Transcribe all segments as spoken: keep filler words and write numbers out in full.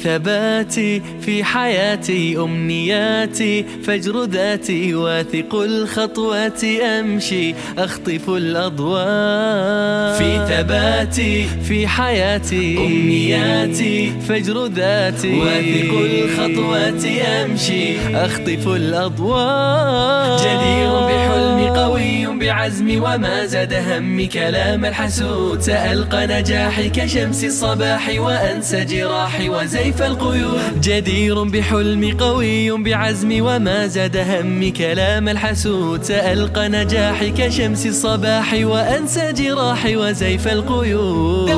ثباتي في حياتي أمنياتي فجر ذاتي واثق الخطوات أمشي أخطف الأضواء. في ثباتي في حياتي أمنياتي فجر ذاتي واثق الخطوات أمشي أخطف الأضواء. جدير بحلمي قوي بعزمي وما زاد همي كلام الحسود. سألقى نجاحي كشمس الصباح وأنسى جراحي وزيف القيود. جدير بحلمي قوي بعزمي وما زاد همي كلام الحسود. سألقى نجاحي كشمس الصباح وأنسى جراحي وزيف القيود.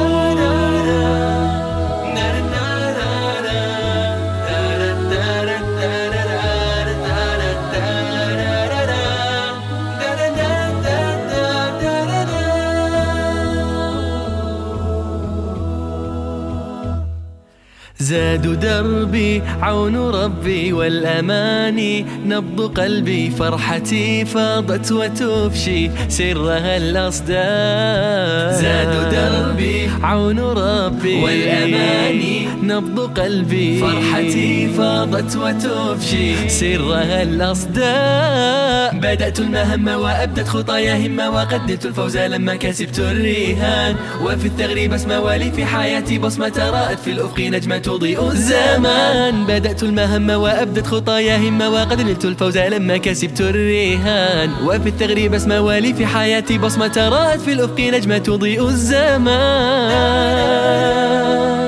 زاد دربي عون ربي والأماني نبض قلبي فرحتي فاضت وتفشي سرها الأصداء. زاد دربي عون ربي والأماني نبض قلبي فرحتي فاضت وتفشي سرها الأصداء. بدأت المهمة وأبدت خطايا همة وقدمت الفوز لما كسبت الرهان. وفي الثغريب اسمى ولي في حياتي بصمة رأت في الأفق نجمة تضيء الزمان. بدأت المهمة وأبدت خطايا همة وقد نلت الفوز لما كسبت الرهان. وفي التغريب اسمى ولي في حياتي بصمة رأت في الأفق نجمة تضيء الزمان.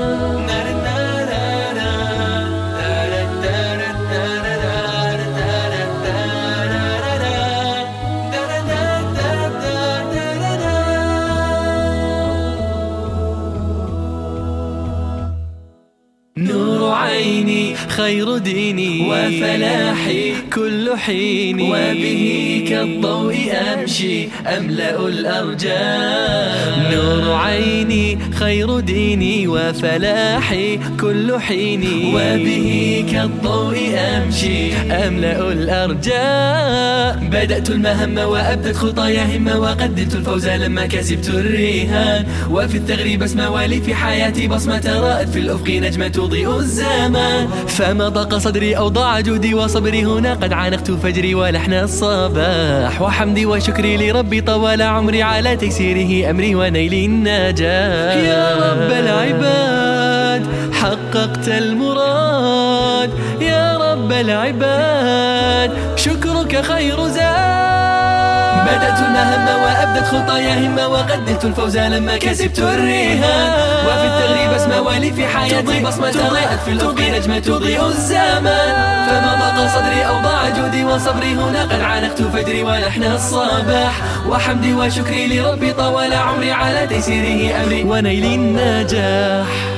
نور عيني خير ديني وفلاحي كل حين وبه كالضوء أمشي أملأ الأرجاء. نور عيني خير ديني وفلاحي كل حين وبه كالضوء أمشي أملأ الأرجاء. بدأت المهمة وأبدت خطايا همة وقدمت الفوز لما كسبت الرهان. وفي الثغريب اسمى ولي في حياتي بصمة رأت في الأفق نجمة تضيء الزمان. فما ضاق صدري أو ضاع جودي وصبري هنا قد عانقت فجري ولحن الصباح. وحمدي وشكري لربي طوال عمري على تيسيره أمري ونيل النجاح. يا رب العباد حققت المراد. يا رب العباد شكرك خير زاد. بدأت المهمة وأبدت خطايا همة وقدمت الفوز لما كسبت الرهان. وفي التغريب اسمى ولي في حياتي بصمة رأت في الأفق نجمة تضيء الزمان. فما ضاق صدري أو ضاع جودي وصبري هنا قد عانقت فجري ولحن الصباح. وحمدي وشكري لربي طوال عمري على تيسيره أمري ونيل النجاح.